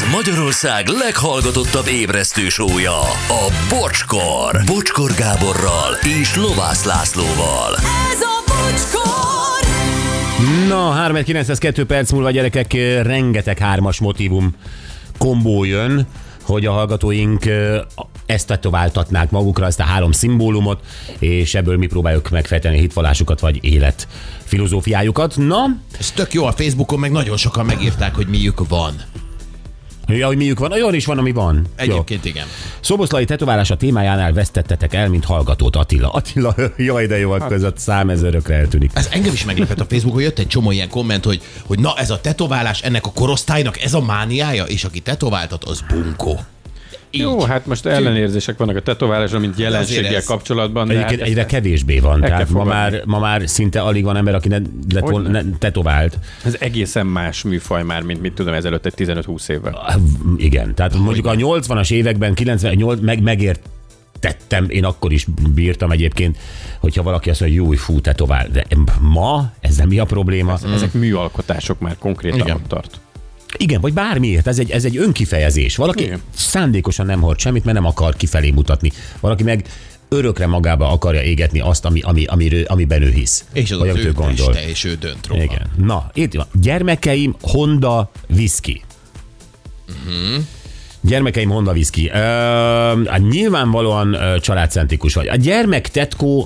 Ez Magyarország leghallgatottabb ébresztő show-ja, a Bocskor. Bocskor Gáborral és Lovász Lászlóval. Ez a Bocskor! Na, 3-902 perc múlva, gyerekek, rengeteg hármas motívum kombó jön, hogy a hallgatóink ezt tetováltatnák magukra, ezt a három szimbólumot, és ebből mi próbáljuk megfejteni hitvallásukat vagy élet filozófiájukat. Na? Ez tök jó, a Facebookon meg nagyon sokan megírták, hogy miük van. Ja, hogy miük van? Olyan is van, ami van. Egyébként igen. Szoboszlai tetoválása témájánál vesztettetek el, mint hallgatót, Attila, jaj, de jó, akkor ez a számezőrökre eltűnik. Ez engem is meglepett a Facebookon, jött egy csomó ilyen komment, hogy na ez a tetoválás, ennek a korosztálynak ez a mániája, és aki tetováltat, az bunkó. Így. Jó, hát most ellenérzések vannak a tetoválásra, mint jelenséggel ez... kapcsolatban. Egyébként hát egyre kevésbé van, tehát fogadni. ma már szinte alig van ember, aki ne tetovált. Ez egészen más műfaj már, mint mit tudom, ezelőtt egy 15-20 évvel. Igen, tehát mondjuk a 80-as években, 98 megértettem, én akkor is bírtam egyébként, hogyha valaki azt mondja, hogy jó, fú, tetovál. De ma ezzel mi a probléma? Ezek műalkotások már konkrétan tart. Igen, vagy bármiért, ez egy önkifejezés. Valaki Igen. szándékosan nem hord semmit, mert nem akar kifelé mutatni. Valaki meg örökre magába akarja égetni azt, amiben ő hisz. És az vagy az amit ő ő gondol. teste, és ő dönt róla. Igen. Na, itt van. Gyermekeim Honda whisky. Gyermekeim Honda whisky. Nyilvánvalóan családcentrikus vagy. A gyermek tetkó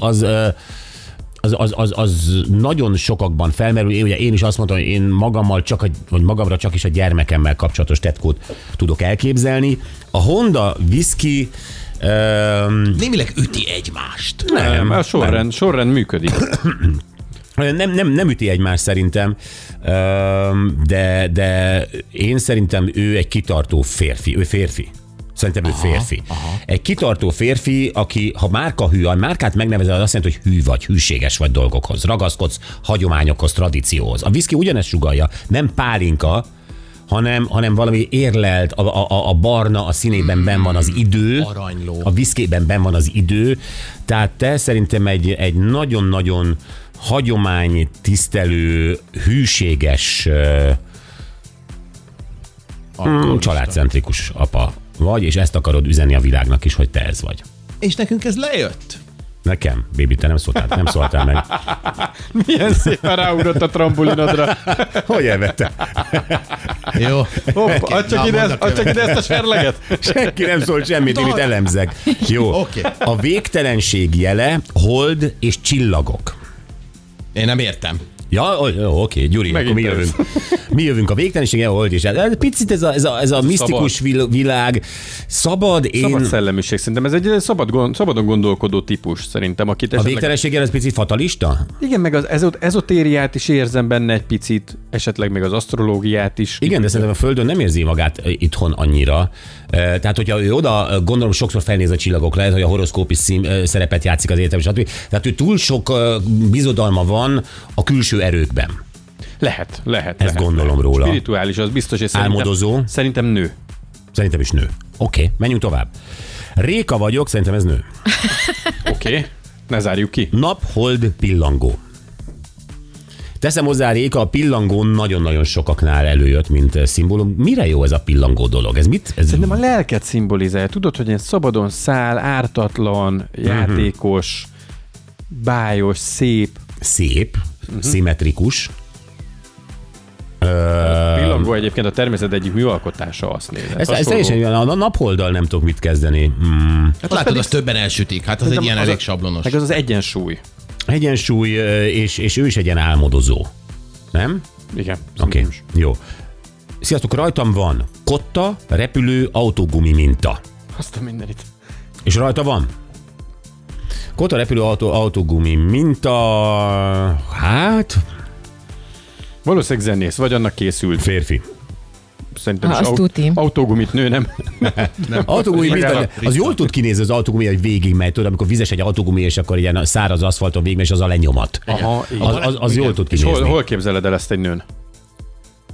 az nagyon sokakban felmerül. Ugye én is azt mondtam, hogy én magamra csak is a gyermekemmel kapcsolatos tetkót tudok elképzelni. A Honda whisky Némileg üti egymást. Nem, a sorrend működik. nem üti egymást szerintem, de én szerintem ő egy kitartó férfi. Ő férfi. Szerintem ő férfi. Aha. Egy kitartó férfi, aki, ha a márkát megnevezed, az azt jelenti, hogy hű vagy, hűséges vagy dolgokhoz, ragaszkodsz hagyományokhoz, tradícióhoz. A whisky ugyanezt sugallja, nem pálinka, hanem valami érlelt, a barna, a színében benn van az idő, Aranyló. a whiskyben benn van az idő, tehát te szerintem egy nagyon-nagyon hagyománytisztelő, hűséges, családcentrikus apa vagy, és ezt akarod üzenni a világnak is, hogy te ez vagy. És nekünk ez lejött. Nekem, bébi, te nem szóltál meg. Milyen szépen ráugrott a trambulinodra. Hogy elvette? Jó. Hopp, add csak ide ezt a serleget. Senki nem szólt semmit, én itt elemzek. Jó. Oké. A végtelenség jele, hold és csillagok. Én nem értem. Ja, oké, Gyuri, Megint akkor mi jövünk. A végtelenség, hold és picit ez a misztikus világ. Szabad szellemiség. Szerintem ez egy szabadon gondolkodó típus, szerintem. Akit A végtelenség ez picit fatalista? Igen, meg az ezotériát is érzem benne egy picit, esetleg meg az asztrológiát is. Igen, de szerintem a Földön nem érzi magát itthon annyira. Tehát, hogyha ő oda, gondolom, sokszor felnéz a csillagok, lehet, hogy a horoszkóp is szerepet játszik az életben, stb. Tehát ő túl sok bizodalma van a külső erőkben. Lehet. Ezt gondolom róla. Spirituális, az biztos, és álmodozó. Szerintem nő. Szerintem is nő. Oké, menjünk tovább. Réka vagyok, szerintem ez nő. Oké, ne zárjuk ki. Nap, hold, pillangó. Teszem hozzá, Réka, a pillangó nagyon-nagyon sokaknál előjött, mint szimbólum. Mire jó ez a pillangó dolog? Ez mit? Szerintem a lelket szimbolizálja. Tudod, hogy ilyen szabadon száll, ártatlan, játékos, bájos, szép, szimmetrikus. Pillangó egyébként a természet egyik műalkotása, azt nézem. Ez teljesen a napholddal nem tudok mit kezdeni. Hát látod, azt többen elsütik. Hát az egy ilyen elég sablonos. Meg az egyensúly. Egyensúly, és ő is egy ilyen álmodozó. Nem? Igen. Oké, jó. Sziasztok, rajtam van kotta, repülő, autógumi minta. Azt a mindenit. És rajta van? Kotta, repülő, autógumi minta, hát... Valószínűleg zenész, vagy annak készült. Férfi. Szerintem is autógumit nő, nem? Autógumi minta, az jól tud kinézni az autógumi, hogy végigmegy, tudod, amikor vizes egy autógumi, és akkor ilyen száraz aszfalton végigmegy, és az a lenyomat. Aha, az jól tud kinézni. És hol képzeled el ezt egy nőn?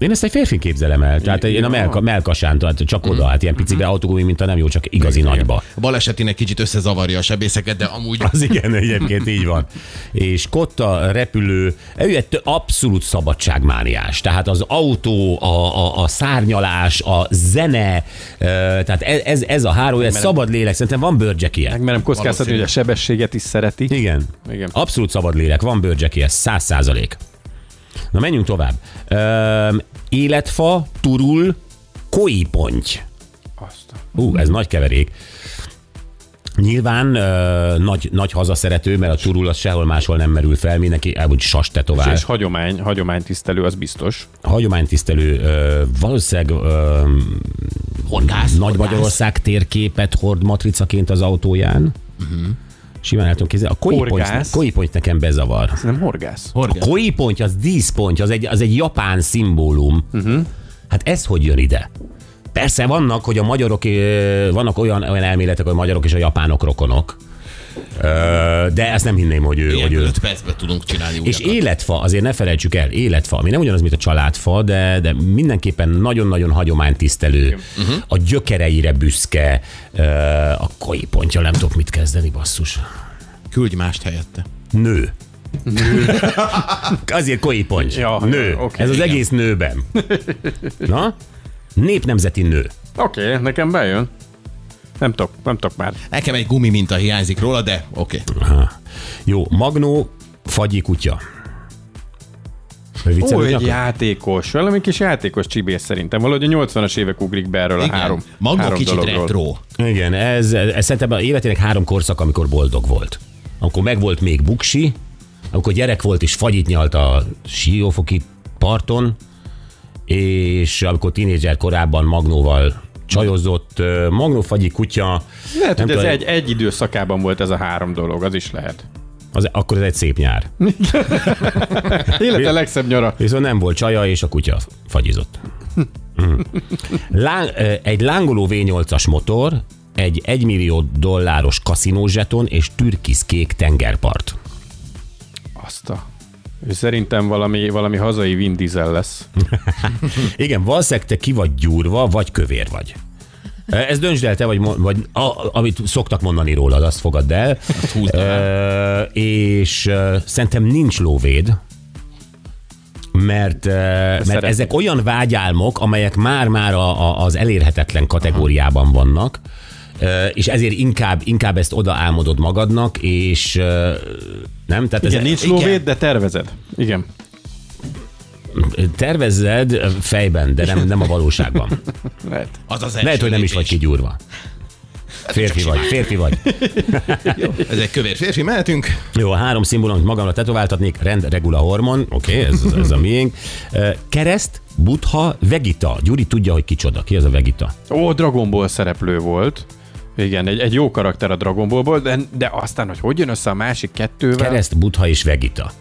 Én ezt egy férfi képzelem el, tehát én a melkasán, tehát csak oda, hát ilyen picibe autógumi minta nem jó, csak igazi nagyba. A balesetének kicsit összezavarja a sebészeket, de amúgy... Az igen, egyébként így van. És kotta, repülő, ő abszolút szabadságmániás. Tehát az autó, a szárnyalás, a zene, tehát ez a három, ez szabad lélek, szerintem van bőrcsekije. Megmerem kockáztatni, hogy a sebességet is szereti. Igen. Abszolút szabad lélek, van bőrcsekije, 100%. Na menjünk tovább. Életfa, turul, koi-ponty. Ez nagy keverék. Nyilván nagy hazaszerető, mert a turul az sehol máshol nem merül fel, mindenki úgy sas tetovál. És hagyománytisztelő, az biztos. Hagyománytisztelő, valószínűleg Horgász. Nagy-Magyarország térképet hord matricaként az autóján. Simán el tudom képzelni. A koi-ponty nekem bezavar. Ez nem horgász. A koi-ponty, az díszponty, az egy japán szimbólum. Hát ez hogy jön ide? Persze vannak, hogy a magyarok, vannak olyan elméletek, hogy a magyarok és a japánok rokonok. De ezt nem hinném, hogy ő... Ilyen 5 percben tudunk csinálni újakat. És életfa, azért ne felejtsük el, életfa, ami nem ugyanaz, mint a családfa, de mindenképpen nagyon-nagyon hagyománytisztelő, a gyökereire büszke, a koi-pontyal nem tudok mit kezdeni, basszus. Küldj mást helyette. Nő. Azért koi-ponty. Ja, nő. okay, ez az igen. egész nőben. Na? Népnemzeti nő. Oké, nekem bejön. Nem tudok már. Nekem egy gumi minta hiányzik róla, de oké. Jó, Magnó, fagyi kutya. Ó, egy játékos, valami kis játékos csibész szerintem. Valahogy a 80-as évek ugrik be erről a három kicsit dologról. retro. Igen, ez szerintem a életének 3 korszak, amikor boldog volt. Amikor megvolt még buksi, amikor gyerek volt és fagyit nyalt a Siófoki parton, és amikor tínédzser korában Magnóval csajozott, Magnó, fagyi kutya. Lehet, hogy ez egy időszakában volt ez a 3 dolog, az is lehet. Akkor ez egy szép nyár. Élete legszebb nyara. Viszont nem volt csaja, és a kutya fagyizott. Egy lángoló V8-as motor, egy $1 millió kaszinózseton és türkiszkék tengerpart. Ő szerintem valami hazai Vin Diesel lesz. Igen, valószínűleg te ki vagy gyúrva, vagy kövér vagy. Ez döntsd el te, vagy amit szoktak mondani rólad, azt fogadd el. És szerintem nincs lóvéd, mert ezek olyan vágyálmok, amelyek már az elérhetetlen kategóriában vannak, és ezért inkább ezt oda álmodod magadnak, és nem? Tehát igen, nincs lóvéd, de tervezed. Igen. Tervezzed fejben, de nem a valóságban. Lehet, hogy nem is vagy kigyúrva. Férfi vagy. Ez egy kövér férfi, mehetünk. Jó, a 3 szimbólum, amit magamra tetováltatnék, rend, regula, hormon, oké, ez a miénk. Kereszt, Buddha, Vegita. Gyuri tudja, hogy kicsoda. Ki az a Vegita? Ó, Dragon Ball szereplő volt. Igen, egy jó karakter a Dragon Ballból, de aztán, hogy jön össze a másik kettővel? Kereszt, Buddha és Vegita.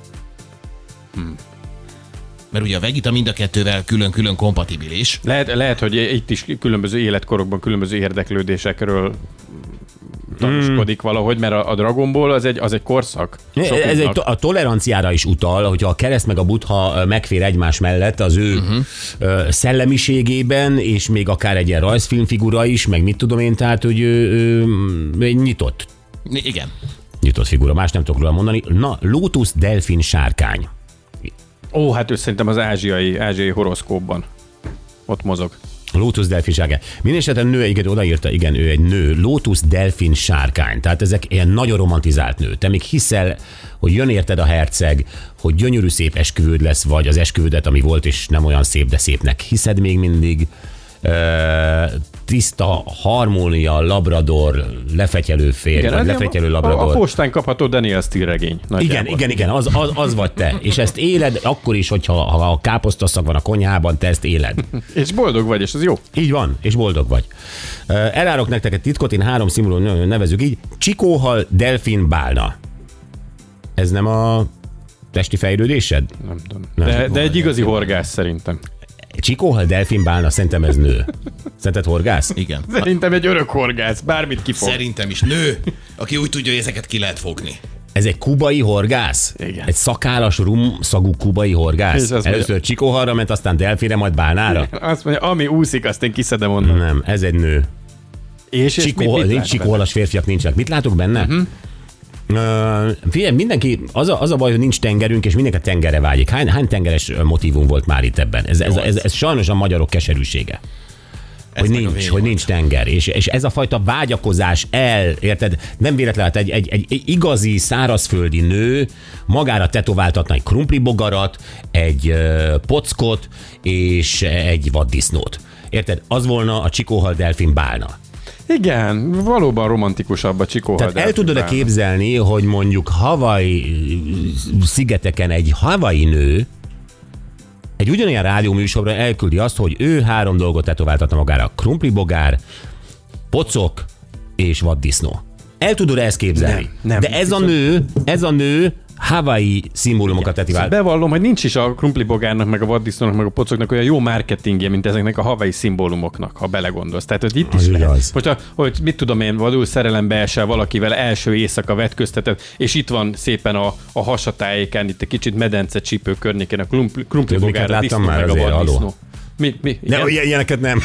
Mert ugye a Vegita mind a kettővel külön-külön kompatibilis. Lehet, hogy itt is különböző életkorokban különböző érdeklődésekről tanúskodik valahogy, mert a Dragon Ball az egy korszak. Ez a toleranciára is utal, hogyha a kereszt meg a Buddha megfér egymás mellett az ő szellemiségében, és még akár egy ilyen rajzfilmfigura is, meg mit tudom én, tehát, hogy ő nyitott. Igen. Nyitott figura, más nem tudok róla mondani. Na, lótusz, delfin, sárkány. Ó, hát ő szerintem az ázsiai horoszkópban ott mozog. Lótusz, delfin, sárkány. Mindenesetre nő, igen, odaírta, igen, ő egy nő. Lótusz, delfin, sárkány. Tehát ezek ilyen nagyon romantizált nő. Te még hiszel, hogy jön érted a herceg, hogy gyönyörű szép esküvőd lesz, vagy az esküvődet, ami volt, és nem olyan szép, de szépnek hiszed még mindig. Tiszta harmónia, labrador, lefetyelő férj, vagy lefetyelő labrador. A postán kapható Daniel Steele regény. Igen, az vagy te. És ezt éled akkor is, hogyha a káposztaszag van a konyhában, te ezt éled. És boldog vagy, és ez jó. Így van, és boldog vagy. Elárok nektek egy titkot, én 3 szimbólumot nevezzük így. Csikóhal, delfin, bálna. Ez nem a testi fejlődésed? Nem tudom. De egy igazi horgász szerintem. Csikóhal, delfin, bálna, szerintem ez nő. Szerinted horgász? Igen. Szerintem egy örök horgász, bármit kifog. Szerintem is nő, aki úgy tudja, hogy ezeket ki lehet fogni. Ez egy kubai horgász? Igen. Egy szakállas rum szagú kubai horgász? És azt Először Csikóharra ment, aztán Delfire, majd Bálnára? Azt mondja, ami úszik, azt én kiszedem onnan. Nem, ez egy nő. És Nincs Csikóhallas férfiak nincsenek. Mit látok benne? Figyelj, mindenki, az a baj, hogy nincs tengerünk, és mindenki a tengerre vágyik. Hány tengeres motívum volt már itt ebben? Ez sajnos a magyarok keserűsége. Hogy nincs tenger. És ez a fajta vágyakozás érted? Nem véletlen, egy igazi szárazföldi nő magára tetováltatna egy krumplibogarat, egy pockot és egy vaddisznót. Érted? Az volna a Csikóhal delfin Bálna. Igen, valóban romantikusabb a Csikóhal. Tehát el tudod-e képzelni, hogy mondjuk Hawaii szigeteken egy havai nő egy ugyanilyen rádióműsorra elküldi azt, hogy ő 3 dolgot tetováltatna magára. Krumplibogár, pocok és vaddisznó. El tudod ezt képzelni? Nem. De ez a nő Hawaii szimbólumokat tetovált. Szóval bevallom, hogy nincs is a krumplibogárnak, meg a vaddisznónak, meg a pocoknak olyan jó marketingje, mint ezeknek a Hawaii szimbólumoknak, ha belegondolsz. Tehát, hogy itt is lehet. Hogy mit tudom én, vadul szerelembe esel valakivel, első éjszaka vetköztetett, és itt van szépen a hasatájékán, itt egy kicsit medence-csípő környékén a krumplibogár, a disznó, meg a vaddisznó. Mi? Ne, ilyeneket nem.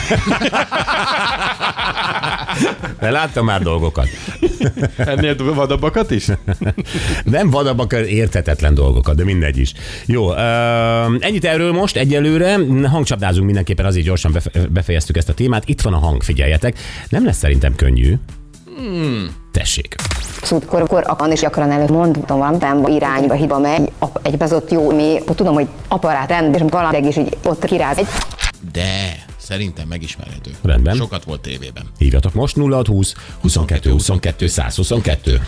De láttam már dolgokat. Ennél vadabbakat is? Nem vadabbakat, érthetetlen dolgokat, de mindegy is. Jó, ennyit erről most egyelőre. Hangcsapdázunk mindenképpen, azért gyorsan befejeztük ezt a témát. Itt van a hang, figyeljetek. Nem lesz szerintem könnyű. Tessék. Akkor akan is gyakran mondtam valamilyen irányba hiba megy, egy bezott jó, mi tudom, hogy aparát rend, és valami is így ott kiráz egy. De szerintem megismerhető. Rendben. Sokat volt tévében. Hívjatok most 0620 22 22 122.